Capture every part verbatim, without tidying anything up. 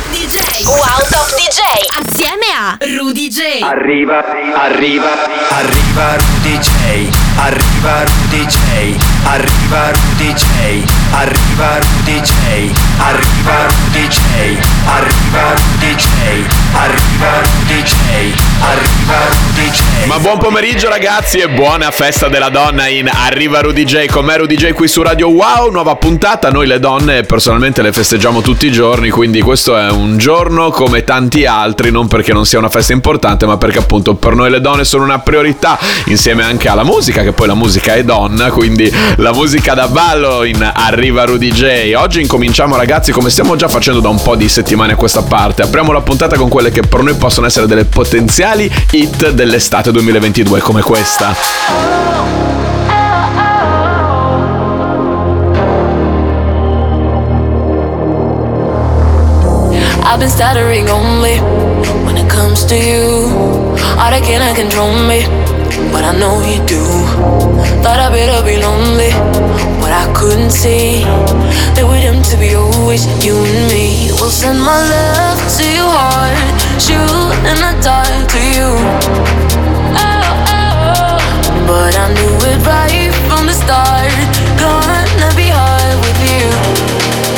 Top D J. Wow Top D J. Assieme a Rudy J. Arriva, arriva, arriva Rudy J. Arriva Rudy J. Arriva Rudy J. Arriva Rudy J. Arriva Rudy J. Arriva Rudy J. Arriva Rudy J. Arriva Rudy J. Ma buon pomeriggio ragazzi e buona festa della donna in Arriva Rudy J. Con me Rudy J qui su Radio Wow, nuova puntata. Noi le donne personalmente le festeggiamo tutti i giorni, quindi questo è un giorno come tanti altri, non perché non sia una festa importante, ma perché appunto per noi le donne sono una priorità, insieme anche alla musica, che poi la musica è donna, quindi la musica da ballo in Arriva Rudy J. Oggi incominciamo ragazzi, come stiamo già facendo da un po' di settimane a questa parte. Apriamo la puntata con quelle che per noi possono essere delle potenziali hit dell'estate duemilaventidue, come questa. I've been stuttering only when it comes to you. I can't control me, but I know you do. Thought I better be lonely, but I couldn't see that we're doomed to be always you and me. We'll send my love to your heart, shoot in the dark to you. Oh, oh, oh. But I knew it right from the start. Gonna be hard with you.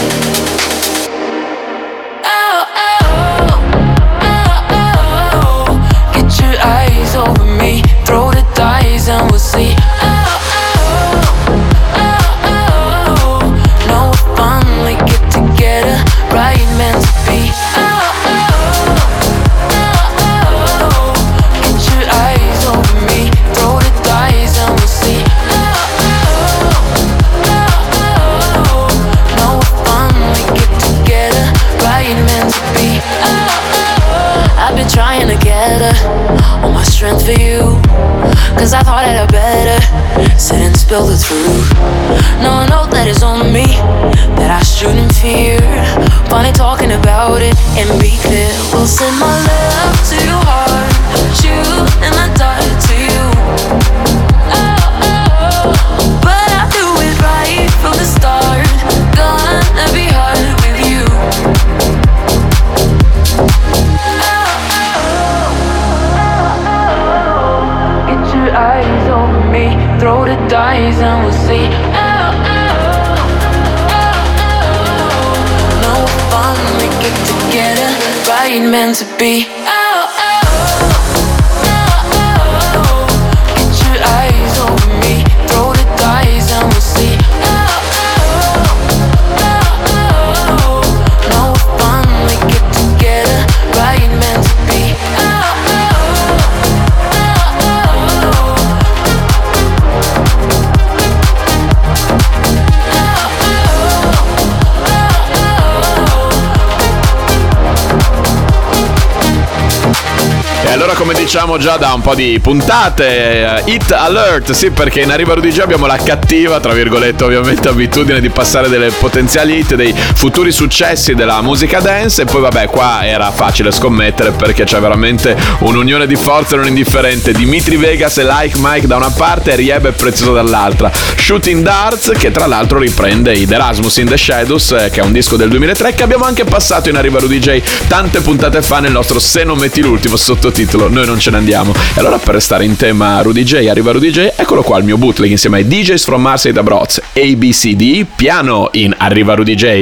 Eyes over me, throw the dice and we'll see. Oh, oh, oh, oh. No, we'll finally get together, right meant to be. Oh, oh, oh, oh. Get your eyes over me, throw the dice and we'll see. Oh, oh, oh, oh. No, we'll finally get together, right meant to be. Oh, oh. I've been trying to get her all my strength for you, cause I thought that I better sit and spill the truth. No, no, that is on me, that I shouldn't fear. Funny talking about it and be clear. We'll send my love to your heart, shoot in the dark to you. Oh, oh, but I do it right from the start. Gonna be hard with you. Eyes over me, throw the dice and we'll see. Oh, oh, oh, oh. No, we'll finally get together, right meant to be. Oh, oh, oh, oh. Get your eyes over me, throw the dice and we'll see. Oh, oh, oh, oh. No, we'll finally get together, right meant to be. Oh, allora, come diciamo già da un po' di puntate, uh, Hit Alert, sì, perché in Arriva Rudy J abbiamo la cattiva, tra virgolette, ovviamente, abitudine di passare delle potenziali hit, dei futuri successi della musica dance. E poi vabbè, qua era facile scommettere perché c'è veramente un'unione di forze non indifferente. Dimitri Vegas e Like Mike da una parte e Rieb e Prezioso dall'altra. Shooting Darts, che tra l'altro riprende i The Erasmus in the Shadows, eh, che è un disco del duemilatré che abbiamo anche passato in Arriva Rudy J tante puntate fa nel nostro Se non metti l'ultimo sottotitolo Noi non ce ne andiamo. E allora, per restare in tema Rudy J, Arriva Rudy J, eccolo qua il mio bootleg insieme ai D Js from Mars e da Broz, A B C D, piano in Arriva Rudy J.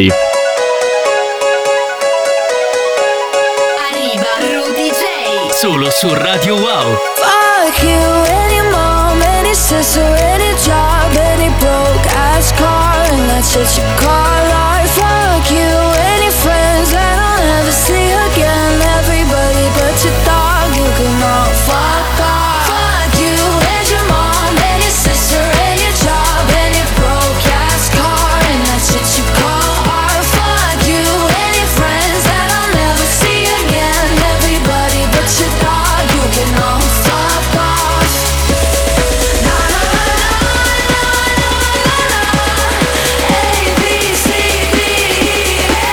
Arriva Rudy J. Solo su Radio Wow. Fuck you, any mom, any sister, any job, any broke ass car, and that's what you call art. Fuck you, any friends that I'll never see again. Everybody but your dog, you can all fuck off. Fuck you, and your mom, and your sister, and your job, and your broke ass car, and that's what you call art. Fuck you, any friends that I'll never see again. Everybody but your dog, you can all fuck off. Na na na na na na na. A B C D E F.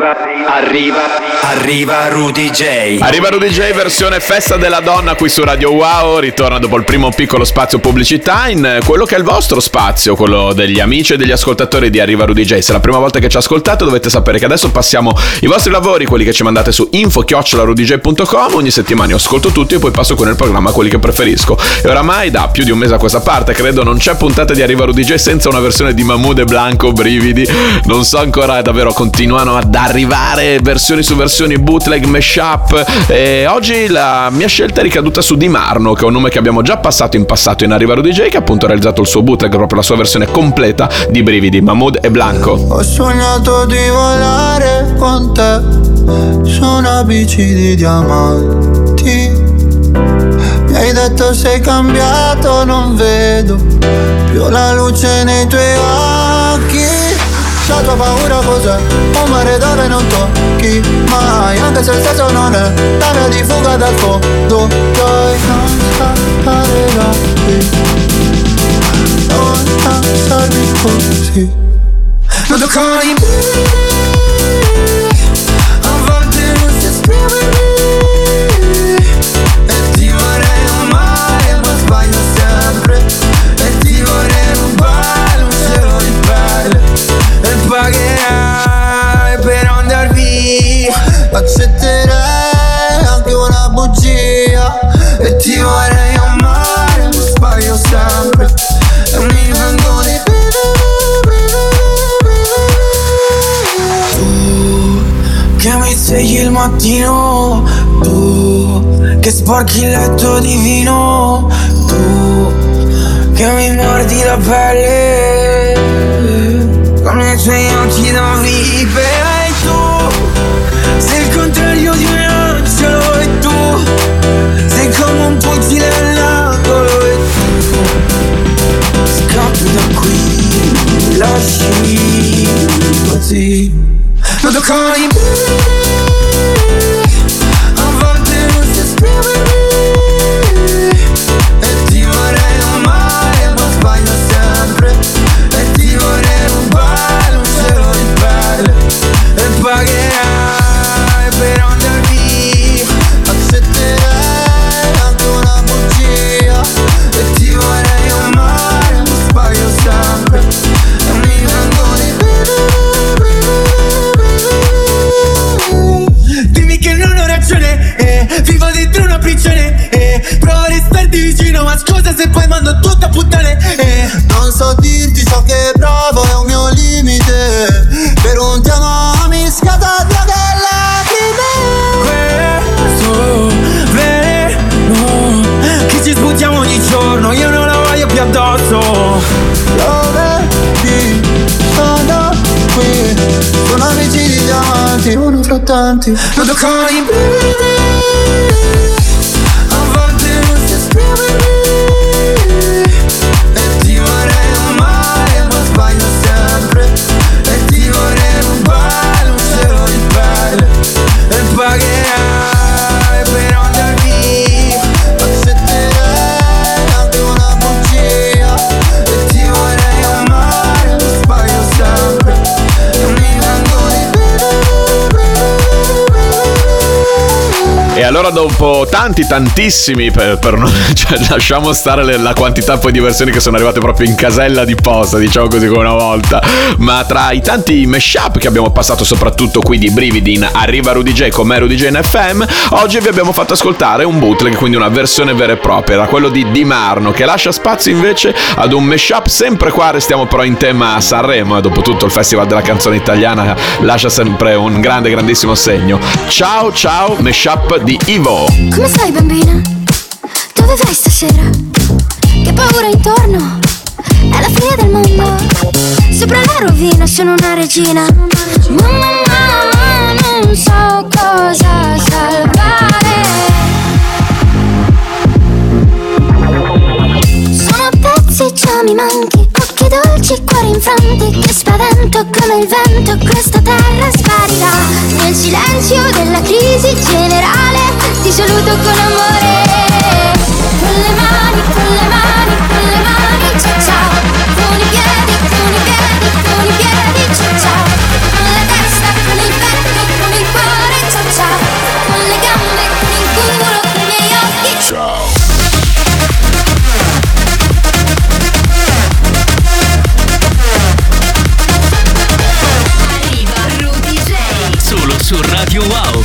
Arriva, arriva, arriva Rudy J. Arriva Rudy J versione festa della donna qui su Radio Wow. Ritorna dopo il primo piccolo spazio pubblicità in quello che è il vostro spazio, quello degli amici e degli ascoltatori di Arriva Rudy J. Se è la prima volta che ci ascoltate, dovete sapere che adesso passiamo i vostri lavori, quelli che ci mandate su info chiocciola rudyj punto com. Ogni settimana io ascolto tutti e poi passo con il programma quelli che preferisco. E oramai da più di un mese a questa parte, credo, non c'è puntata di Arriva Rudy J senza una versione di Mahmood e Blanco, brividi. Non so ancora, davvero continuano ad arrivare versioni su versioni, bootleg, mashup. E oggi la mia scelta è ricaduta su Di Marno, che è un nome che abbiamo già passato in passato in Arriva Rudy J, che ha appunto realizzato il suo bootleg, proprio la sua versione completa di brividi, Mahmood e Blanco. Ho sognato di volare con te su una bici di diamanti. Mi hai detto sei cambiato, non vedo più la luce nei tuoi occhi. La tua paura cos'è? Un mare dove non tocchi mai, anche se il senso non è la via di fuga dal fondo. Puoi non scappare da qui, non lasciarmi così. Non toccare in a volte non si esprime e ti vorrei amare ma sbaglio sempre e ti vorrei rubare un cielo di pelle e pagherai per andar via. Accetterei anche una bugia e ti vorrei amare ma sbaglio sempre e mi vengo di più. Che mi svegli il mattino, tu che sporchi il letto di vino, tu che mi mordi la pelle con i tuoi occhi da vipera. E tu sei il contrario di un angelo e tu sei come un fucile all'angolo e tu scappi da qui, lasci così. Non toccare in a volte non si esprime e ti vorrei amare ma sbaglio sempre e ti vorrei rubare un cielo di pelle e pagherai per andar via. Accetterei anche una bugia e ti vorrei amare ma sbaglio sempre e mi vengo di più. Dimmi che non ho ragione, eh, vivo dentro una prigione, eh, provo a restarti vicino, ma scusa se poi mando tutto a puttane, eh. Non so dirti ciò che provo, è un mio limite, per un ti amo mi scatta via delle lacrime. Questo veleno che ci sputiamo ogni giorno, io non la voglio più addosso. Lo vedi, sono qui, sono amici di diamanti, uno fra tanti. Non toccare in brividi, a volte non si esprime e ti vorrei amare ma sbaglio sempre e ti vorrei rubare un cielo di pelle e pagherai per andar via. Accetterei anche una bugia e ti vorrei amare ma sbaglio sempre e mi vengo di più. E allora dopo tanti tantissimi per, per non, cioè, lasciamo stare le, la quantità poi di versioni che sono arrivate proprio in casella di posta, diciamo così, come una volta, ma tra i tanti mashup che abbiamo passato soprattutto qui di brividi in Arriva Rudy J con me Rudy J in F M, oggi vi abbiamo fatto ascoltare un bootleg, quindi una versione vera e propria, era quello di Di Marno, che lascia spazio invece ad un mashup. Sempre qua restiamo però in tema Sanremo, e dopo tutto il Festival della Canzone Italiana lascia sempre un grande grandissimo segno. Ciao ciao, mashup di Ivo. Come stai bambina? Dove vai stasera? Che paura intorno? È la fine del mondo. Sopra la rovina sono una regina. Mamma, mamma, non so cosa salvare. Sono a pezzi, già mi manchi. Occhi dolci, cuori infranti. Che spavento come il vento. Questa terra sparirà. Nel silenzio della crisi generale ti saluto con amore. Con le mani, con le mani, con le mani, ciao ciao. Con i piedi, con i piedi, con i piedi, ciao ciao. Con la testa, con il petto, Radio Wow.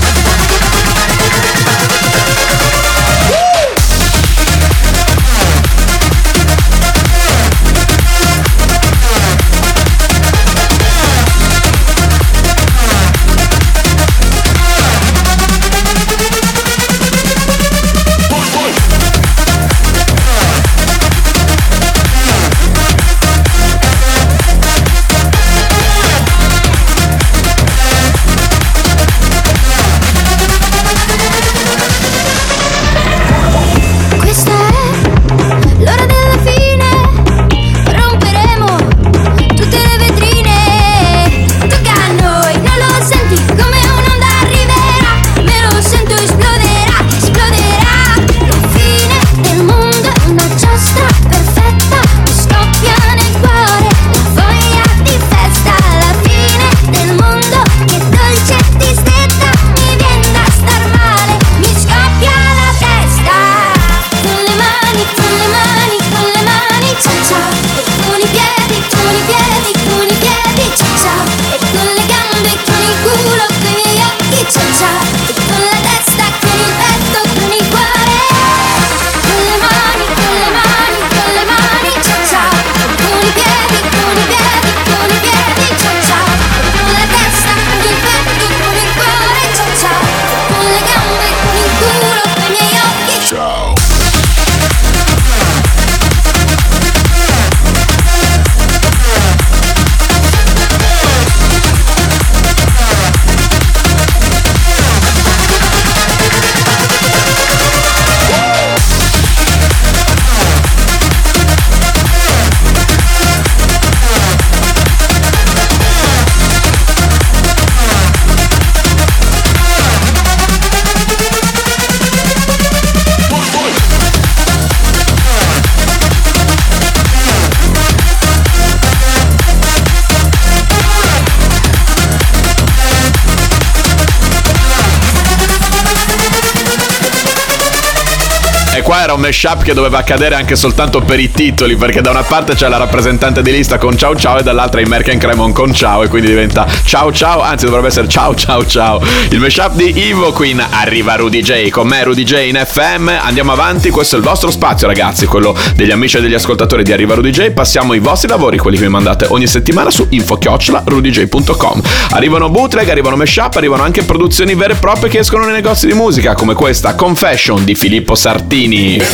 Qua era un mashup che doveva accadere anche soltanto per i titoli, perché da una parte c'è la rappresentante di lista con Ciao Ciao e dall'altra i Merck Cremon con Ciao, e quindi diventa Ciao Ciao, anzi dovrebbe essere Ciao Ciao Ciao. Il mashup di Ivo Queen. Arriva Rudy J, con me Rudy J in F M. Andiamo avanti, questo è il vostro spazio ragazzi, quello degli amici e degli ascoltatori di Arriva Rudy J. Passiamo i vostri lavori, quelli che mi mandate ogni settimana su info chiocciola rudy j punto com. Arrivano bootleg, arrivano mashup, arrivano anche produzioni vere e proprie che escono nei negozi di musica, come questa Confession di Filippo Sartini.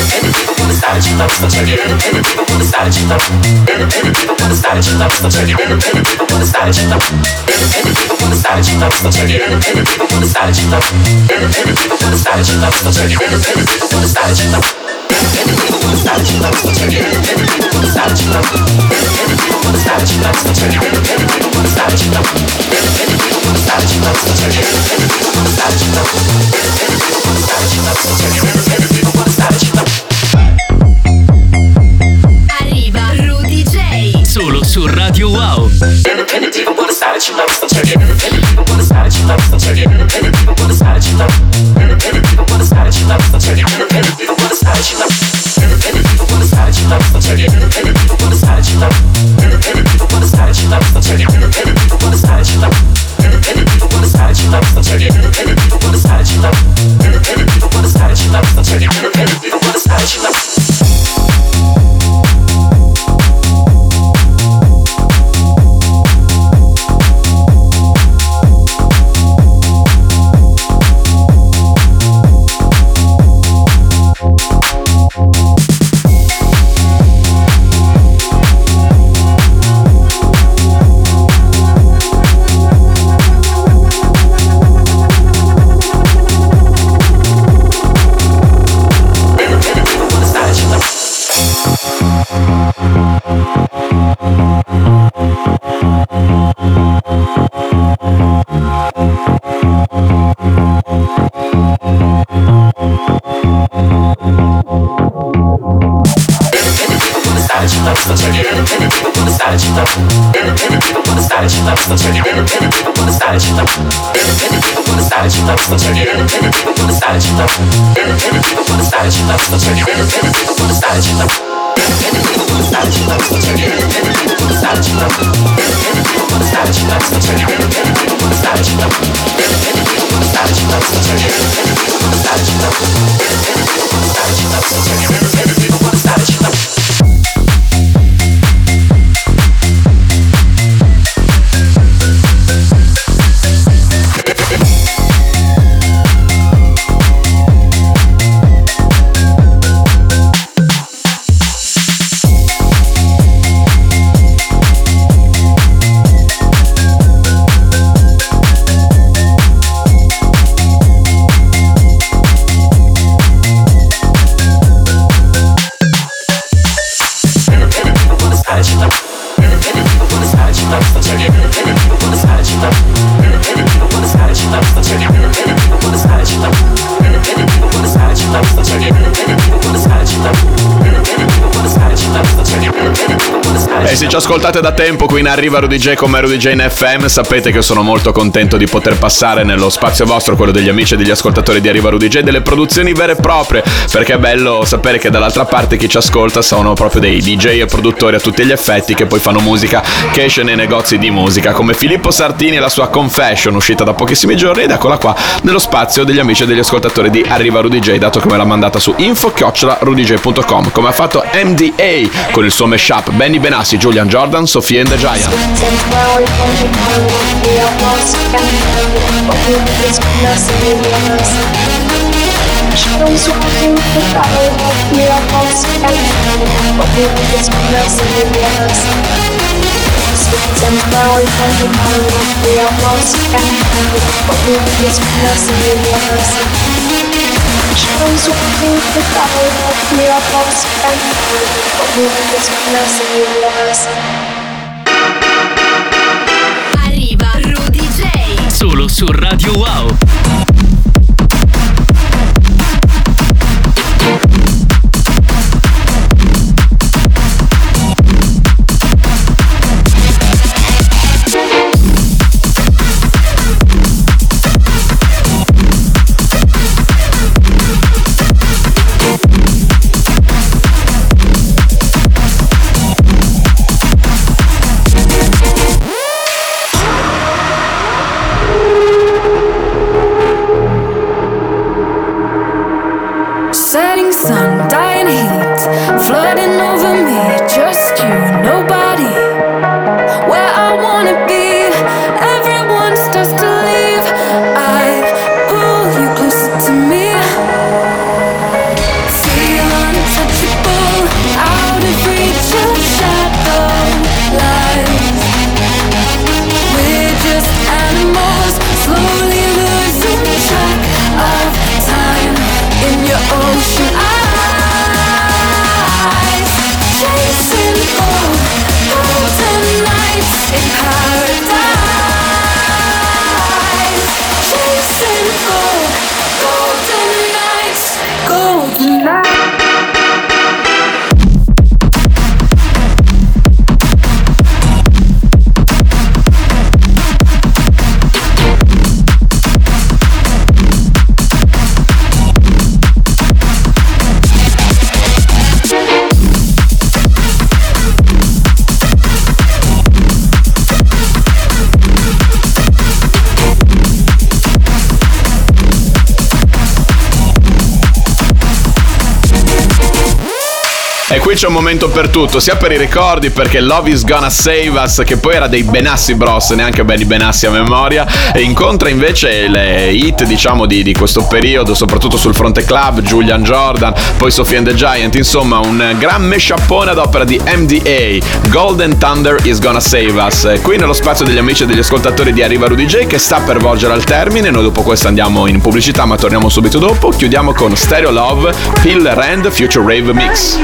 Arriva Rudy J. Solo su Radio Wow. Stare E se ci ascoltate da tempo qui in Arriva Rudy J come Rudy J in F M, sapete che sono molto contento di poter passare nello spazio vostro, quello degli amici e degli ascoltatori di Arriva Rudy J, delle produzioni vere e proprie, perché è bello sapere che dall'altra parte chi ci ascolta sono proprio dei D J e produttori a tutti gli effetti che poi fanno musica che esce nei negozi di musica, come Filippo Sartini e la sua Confession, uscita da pochissimi giorni, ed eccola qua nello spazio degli amici e degli ascoltatori di Arriva Rudy J, dato che me l'ha mandata su info chiocciola rudy j punto com, come ha fatto M D A con il suo mashup Benny Benassi, Julian Jordan, Sophie and the Giant. Arriva Rudy J. Solo su Radio Wow. Setting sun, dying heat, flooding over me. Just you, nobody. Where I wanna be, everyone starts to leave. I pull you closer to me. Feel untouchable, out of reach of shadow lies. We're just animals, slowly losing track of time in your ocean eyes, chasing gold, golden nights in paradise, chasing gold, golden nights, golden nights. E qui c'è un momento per tutto, sia per i ricordi, perché Love is Gonna Save Us, che poi era dei Benassi Bros, neanche Benny Benassi a memoria, e incontra invece le hit, diciamo, di, di questo periodo, soprattutto sul fronte club, Julian Jordan, poi Sophie and the Giant, insomma un gran mashupone ad opera di M D A, Golden Thunder is Gonna Save Us, qui nello spazio degli amici e degli ascoltatori di Arriva Rudy J, che sta per volgere al termine. Noi dopo questo andiamo in pubblicità, ma torniamo subito dopo. Chiudiamo con Stereo Love, Hill Rand Future Rave Mix.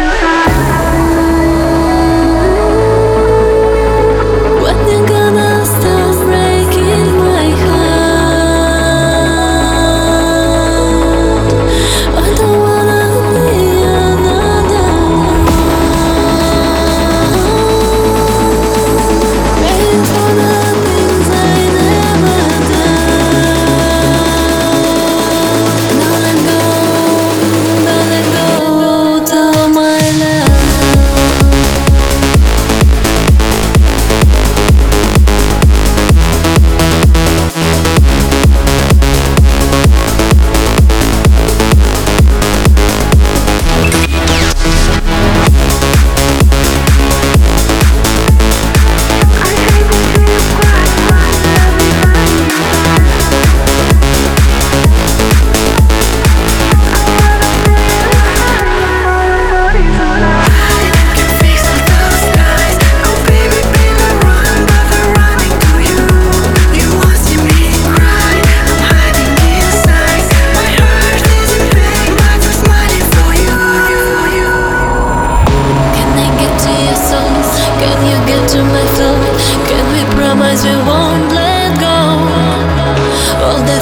Till my love.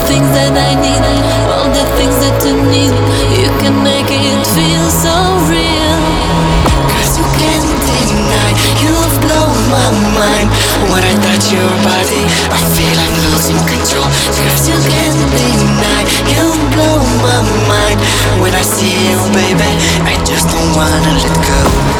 things that I need, all the things that you need. You can make it feel so real. Cause you can't deny, you've blown my mind. When I touch your body, I feel I'm losing control. Cause you can't deny, you've blown my mind. When I see you, baby, I just don't wanna let go.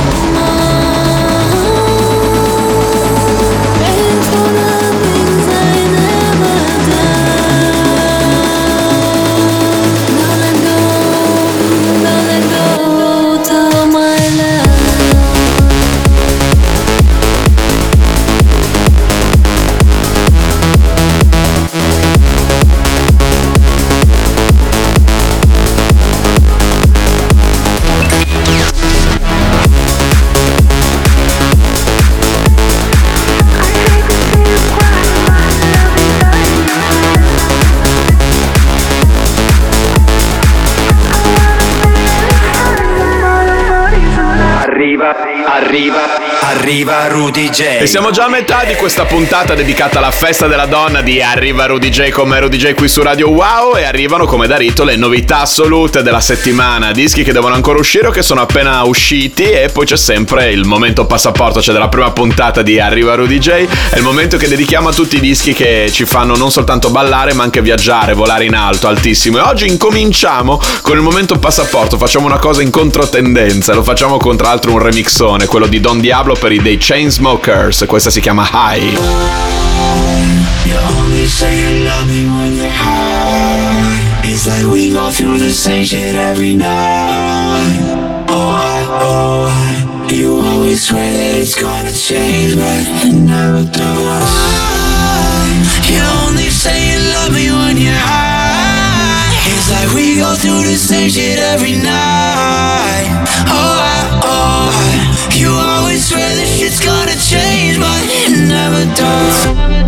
Arriva, arriva Rudy J. E siamo già a metà di questa puntata dedicata alla festa della donna di Arriva Rudy J con me Rudy J qui su Radio Wow. E arrivano come da rito le novità assolute della settimana, dischi che devono ancora uscire o che sono appena usciti. E poi c'è sempre il momento passaporto, cioè della prima puntata di Arriva Rudy J. È il momento che dedichiamo a tutti i dischi che ci fanno non soltanto ballare ma anche viaggiare, volare in alto, altissimo. E oggi incominciamo con il momento passaporto. Facciamo una cosa in controtendenza, lo facciamo con tra l'altro un remixone, quello di Don Diablo per i dei Chainsmokers. Questa si chiama High. You only say you love me when you're high. It's like we go through the same shit every night. Oh, I, oh, I. You always swear that it's gonna change, but it never does. You only say you love me when you're high. It's like we go through the same shit every night. Oh, I, oh, I. You always swear that shit's gonna change, but it never does.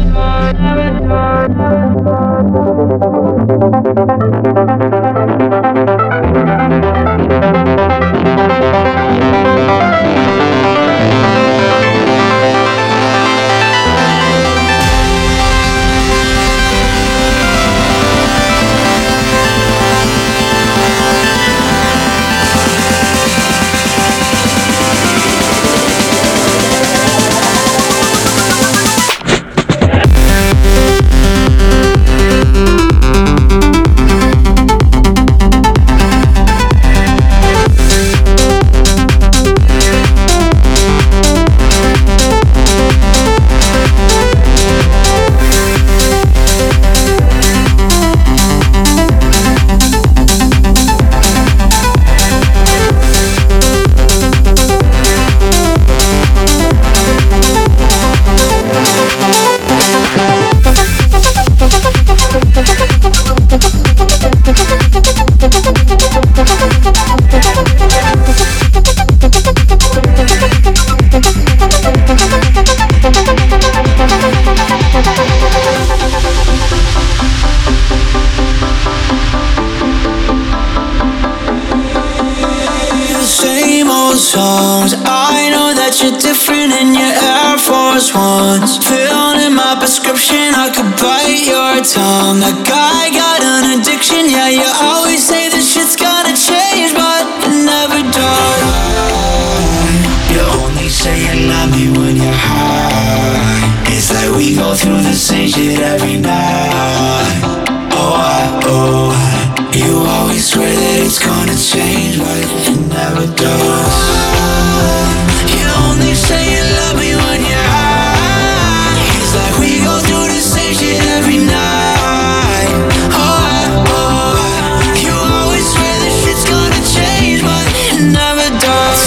Songs. I know that you're different in your Air Force Ones. Filled in my prescription, I could bite your tongue. That guy got an addiction, yeah, you always say that shit's gonna change, but it never does. You only say you love me when you're high. It's like we go through the same shit every night. Oh, I, oh, I. You always swear that it's gonna change, but it never does. You only say you love me when you're high. It's like we go through the same shit every night. Oh, I, oh, I. You always swear that shit's gonna change, but it never does.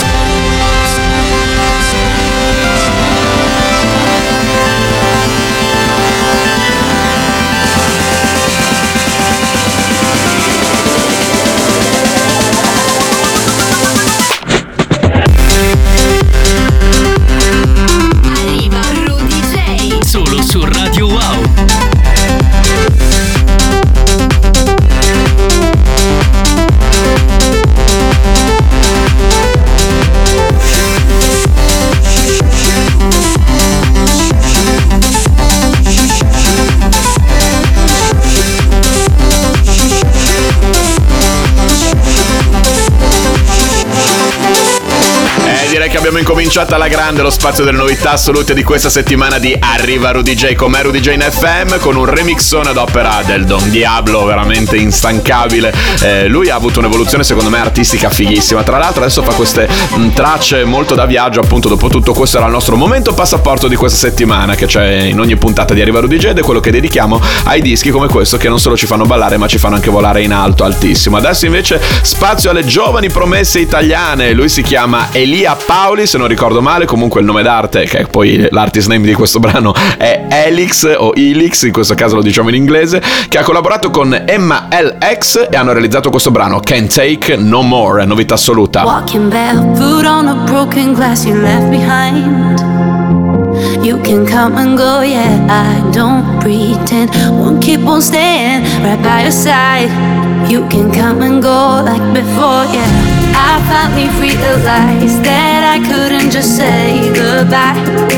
abbiamo incominciato alla grande lo spazio delle novità assolute di questa settimana di Arriva Rudy J con me Rudy J in F M, con un remixone ad opera del Don Diablo veramente instancabile. Eh, lui ha avuto un'evoluzione secondo me artistica fighissima, tra l'altro adesso fa queste mh, tracce molto da viaggio. Appunto, dopo tutto questo era il nostro momento passaporto di questa settimana che c'è in ogni puntata di Arriva Rudy J, ed è quello che dedichiamo ai dischi come questo che non solo ci fanno ballare ma ci fanno anche volare in alto, altissimo. Adesso invece spazio alle giovani promesse italiane. Lui si chiama Elia Paoli, se non ricordo male, comunque il nome d'arte, che poi l'artist name di questo brano è Elix o Elix, in questo caso lo diciamo in inglese, che ha collaborato con Emma L X e hanno realizzato questo brano Can't Take No More, novità assoluta. Walking barefoot on a broken glass you left behind. You can come and go, yeah, I don't pretend. Won't keep on staying right by your side. You can come and go like before, yeah. I finally realized that I couldn't just say goodbye.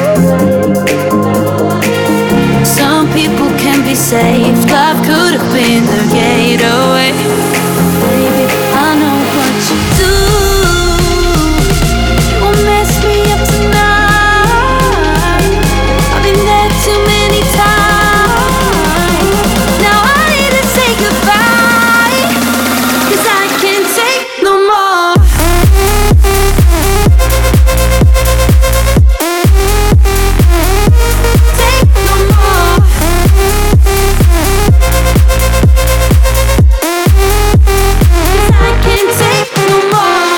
Some people can be saved. Love could have been the gateway. Baby, I know what you do. You won't mess me up tonight. I've been there too many times. Now I need to say goodbye, 'cause I can't take no more. Take no more. 'Cause I can't take no more.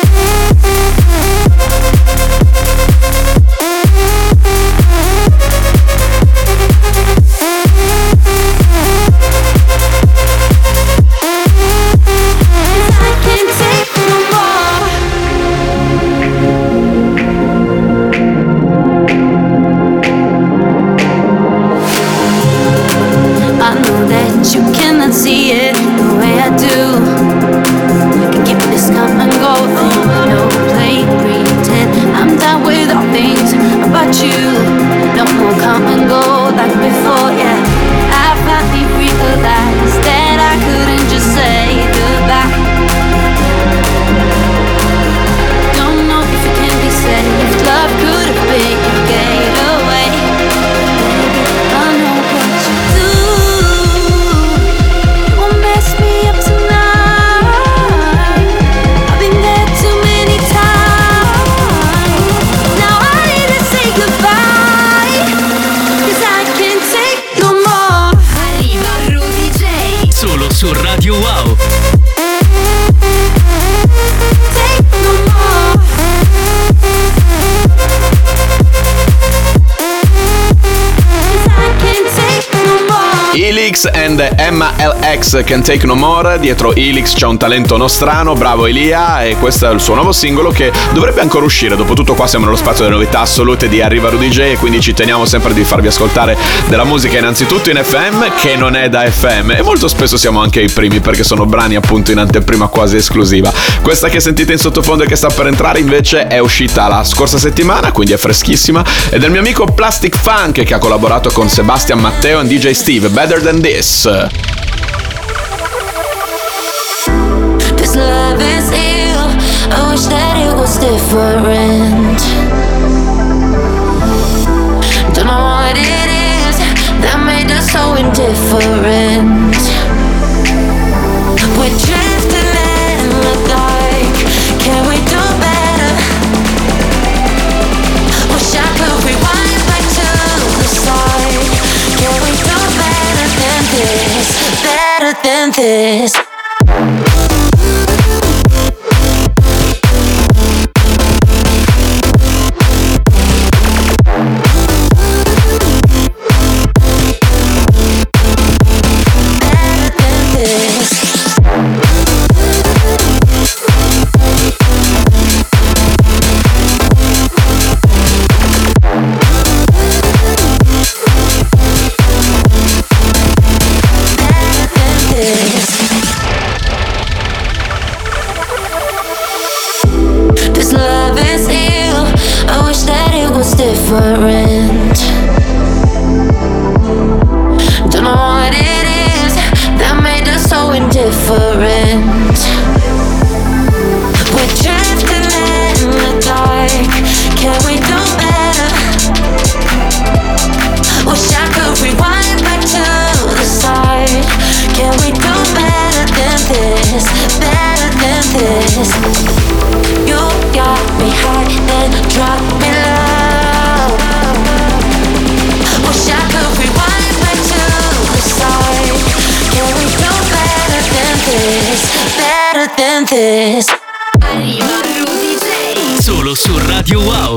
I can't take no more. I know that you cannot see it the way I do. Can keep this come and go thing, no play pretend. I'm done with all things about you. No more come and go like before, yeah. I finally realized that I couldn't just say goodbye. Don't know if it can be saved. Love could have been your gateway. I know what you do. You won't mess me up tonight. I've been there too many times. Now I need to say goodbye, 'cause I can't take no more. Arriva Rudy J. Solo su Radio Wow. Take no more. 'Cause I can't take no more. Elix and Emma L X Can Take No More. Dietro Elix c'è un talento nostrano, bravo Elia, e questo è il suo nuovo singolo che dovrebbe ancora uscire. Dopotutto qua siamo nello spazio delle novità assolute di Arriva Rudy J, e quindi ci teniamo sempre di farvi ascoltare della musica innanzitutto in F M, che non è da F M, e molto spesso siamo anche i primi perché sono brani appunto in anteprima quasi esclusiva. Questa che sentite in sottofondo e che sta per entrare invece è uscita la scorsa settimana, quindi è freschissima, ed è del mio amico Plastic Funk che ha collaborato con Sebastian Matteo e D J Steve, Better Than This. This love is ill. I wish that it was different. Don't know what it is that made us so indifferent. We're drifting in the dark. Can we do better? Wish I could rewind back to the start. Can we do better than this? Better than this? than this. Arriva Rudy J. Solo su Radio Wow.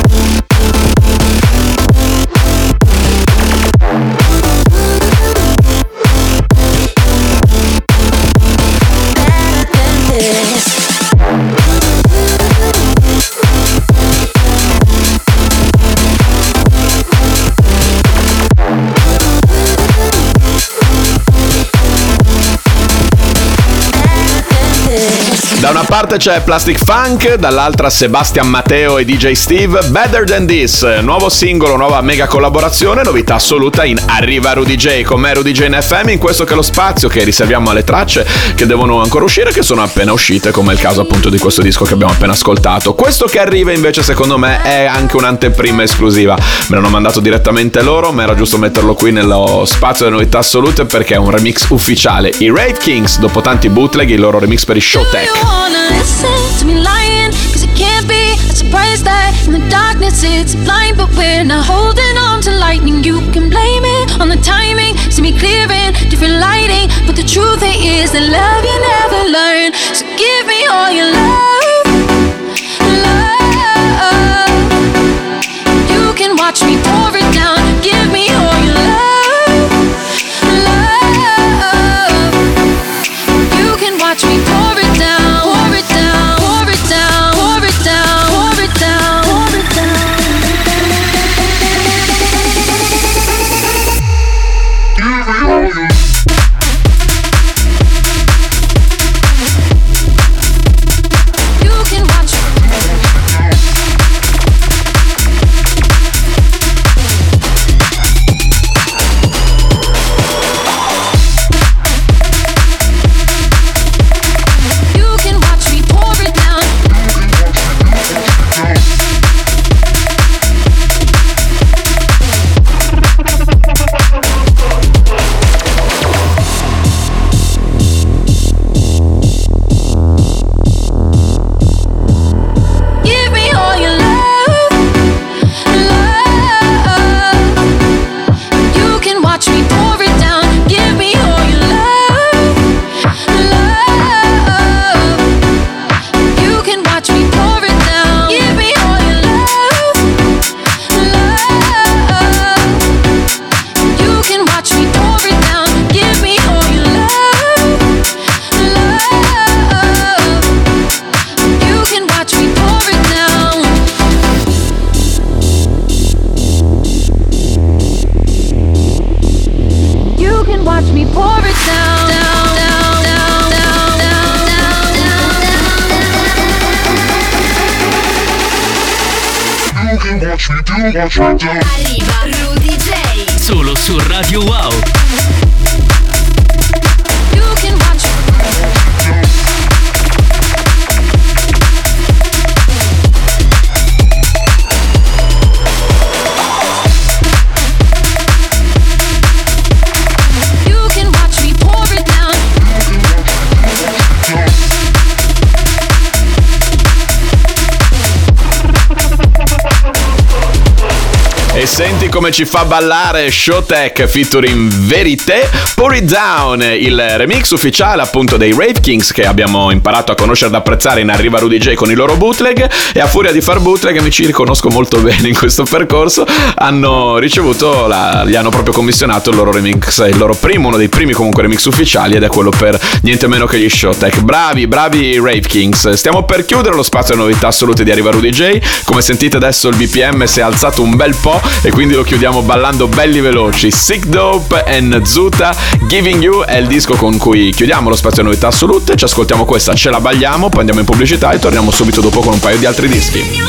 Da una parte c'è Plastic Funk, dall'altra Sebastian Matteo e D J Steve. Better Than This, nuovo singolo, nuova mega collaborazione, novità assoluta in Arriva Rudy J. Con me Rudy J in F M, in questo che è lo spazio che riserviamo alle tracce che devono ancora uscire, che sono appena uscite, come il caso appunto di questo disco che abbiamo appena ascoltato. Questo che arriva invece secondo me è anche un'anteprima esclusiva, me l'hanno mandato direttamente loro, ma era giusto metterlo qui nello spazio delle novità assolute perché è un remix ufficiale. I Rave Kings, dopo tanti bootleg, il loro remix per i Showtek. Wanna listen to me lying, cause it can't be a surprise that in the darkness it's blind, but we're not holding on to lightning. You can blame it on the timing, see me clearing different lighting, but the truth is that love you never learn. So give me all your love, love. You can watch me pour it down. Give me all your love, love. You can watch me pour it down, pour it down, pour it down, pour it down, pour it down, pour it down. You can watch. You can watch me pour it down. Give me all your love, love. You can watch me pour it down. Give me all your love, love. You can watch me pour it down. Give me all your love, love. You can watch me pour it down. Give me all your love, love. You can watch me pour it down. You can watch me pour it down, down, down, down, down, down, down, down, down. Arriva Rudy J. Solo su Radio Wow. You can watch. You can watch me pour it down. E senti come ci fa ballare Showtek featuring Verité, Pour It Down, il remix ufficiale appunto dei Rave Kings che abbiamo imparato a conoscere ed apprezzare in Arriva Rudy J con i loro bootleg, e a furia di far bootleg, amici, li conosco molto bene in questo percorso, hanno ricevuto, la, gli hanno proprio commissionato il loro remix, il loro primo, uno dei primi comunque remix ufficiali, ed è quello per niente meno che gli Showtek. Bravi, bravi Rave Kings. Stiamo per chiudere lo spazio delle novità assolute di Arriva Rudy J. Come sentite adesso il B P M si è alzato un bel po' e quindi lo chiudiamo ballando belli veloci. Sick Dope and Zuta, Giving You è il disco con cui chiudiamo lo spazio delle novità assolute. Ci ascoltiamo questa, ce la balliamo, poi andiamo in pubblicità e torniamo subito dopo con un paio di altri dischi.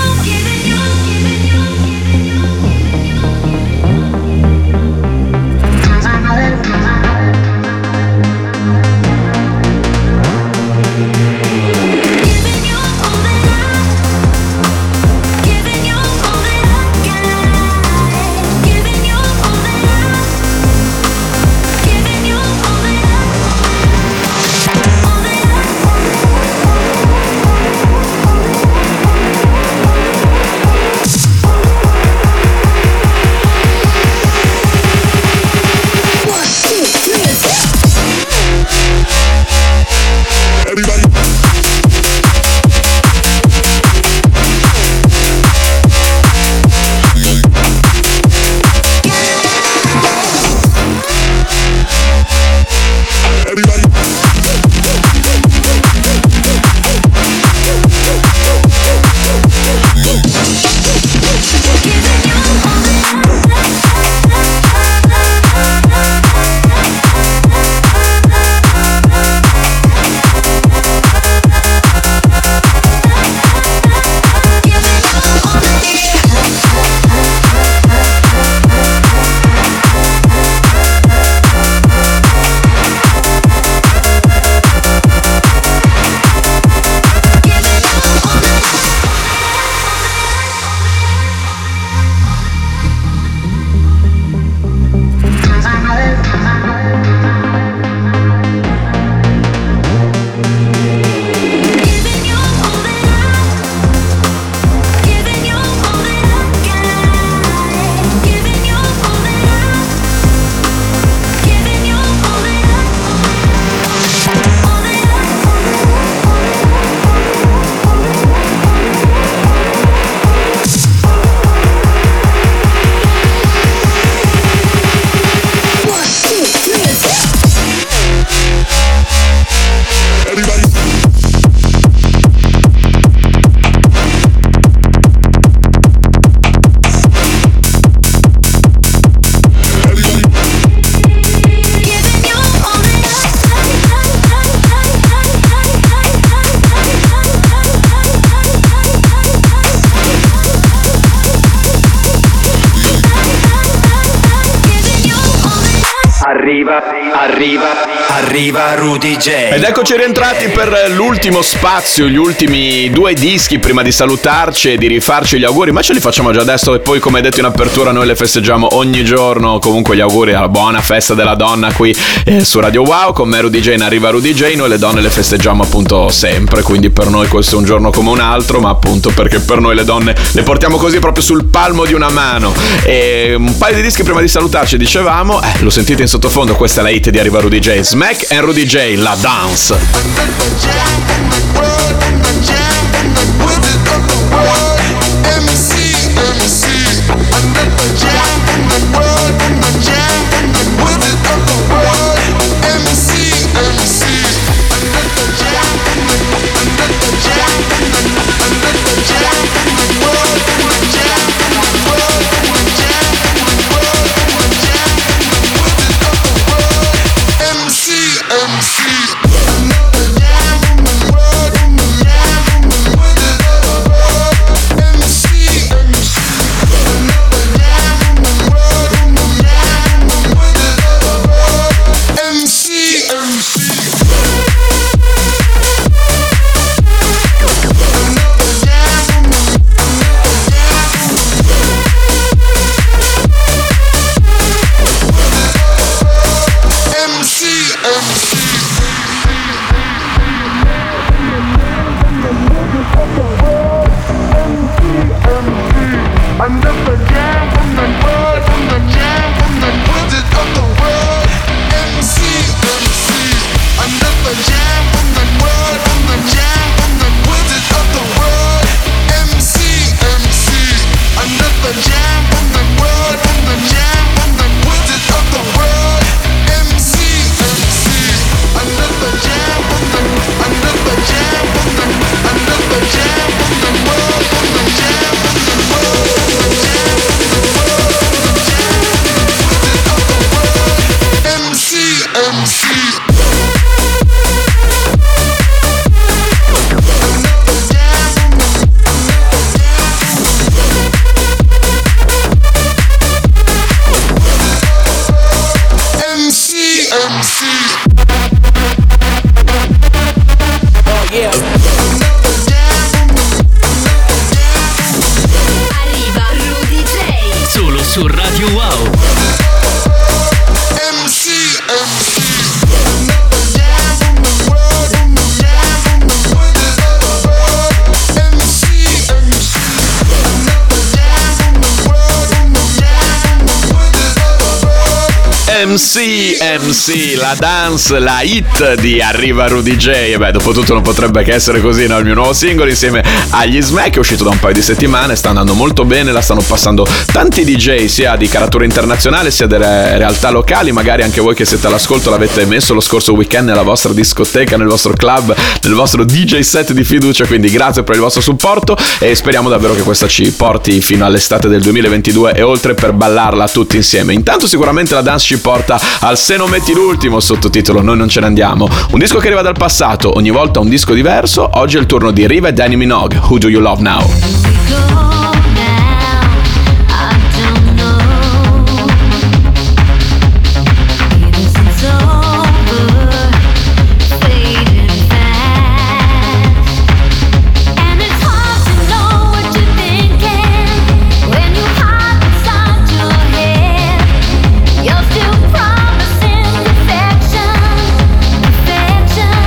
Arriva, arriva, arriva Rudy J. Ed eccoci rientrati per l'ultimo spazio, gli ultimi due dischi prima di salutarci e di rifarci gli auguri, ma ce li facciamo già adesso e poi, come detto in apertura, noi le festeggiamo ogni giorno. Comunque gli auguri alla buona festa della donna qui eh, su Radio Wow, con me Rudy J in Arriva Rudy J. Noi le donne le festeggiamo appunto sempre, quindi per noi questo è un giorno come un altro, ma appunto perché per noi le donne le portiamo così proprio sul palmo di una mano. E un paio di dischi prima di salutarci, dicevamo, eh, lo sentite in sottofondo, questa è la hit di Arriva Rudy J, Smack and Rudy J, La Dance. Arriva Rudy J. Solo su Radio Wow. M C, M C, La Dance, la hit di Arriva Rudy J. E beh, dopo tutto non potrebbe che essere così, no? Il mio nuovo singolo insieme agli Smack, è uscito da un paio di settimane, sta andando molto bene, la stanno passando tanti D J, sia di caratura internazionale sia delle realtà locali. Magari anche voi che siete all'ascolto l'avete messo lo scorso weekend nella vostra discoteca, nel vostro club, nel vostro D J set di fiducia, quindi grazie per il vostro supporto e speriamo davvero che questa ci porti fino all'estate del duemilaventidue e oltre, per ballarla tutti insieme. Intanto sicuramente la dance ci porta al Se non metti l'ultimo, sottotitolo Noi non ce ne andiamo, un disco che arriva dal passato, ogni volta un disco diverso. Oggi è il turno di Riva e Danny Minogue, Who Do You Love Now?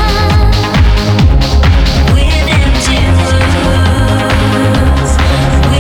With empty words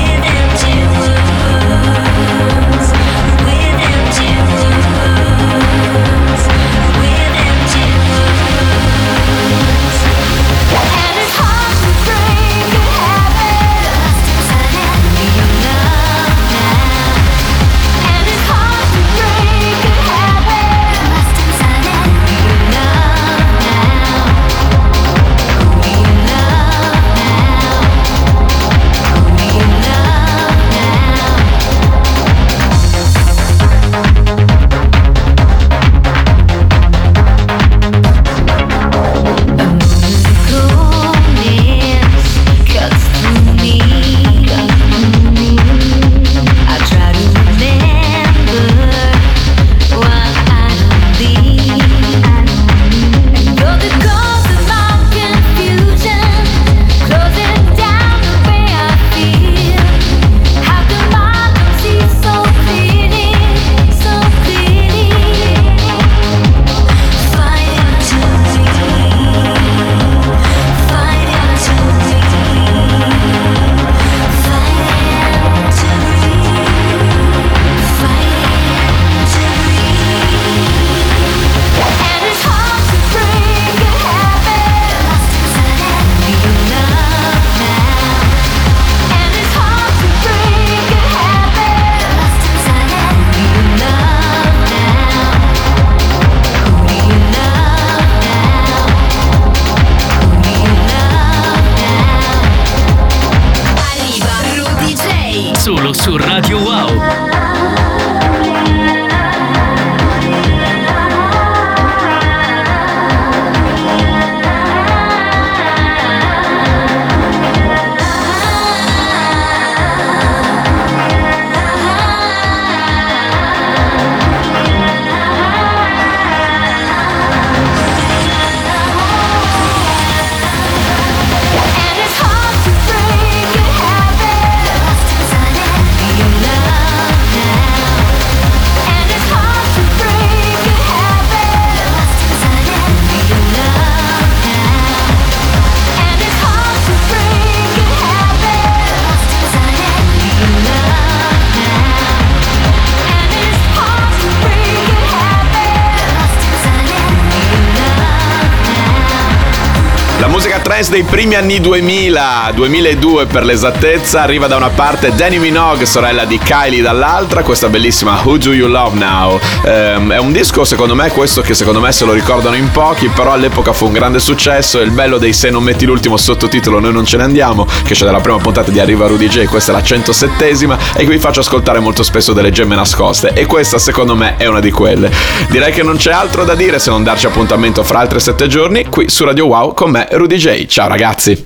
musica trance dei primi anni duemila, duemiladue per l'esattezza, arriva da una parte Dannii Minogue, sorella di Kylie dall'altra, questa bellissima Who Do You Love Now. Ehm, è un disco secondo me questo che secondo me se lo ricordano in pochi, però all'epoca fu un grande successo, e il bello dei Se non metti l'ultimo sottotitolo noi non ce ne andiamo, che c'è dalla prima puntata di Arriva Rudy J, questa è la centosettesima e qui vi faccio ascoltare molto spesso delle gemme nascoste, e questa secondo me è una di quelle. Direi che non c'è altro da dire se non darci appuntamento fra altri sette giorni qui su Radio Wow con me Rudy J. Ciao ragazzi.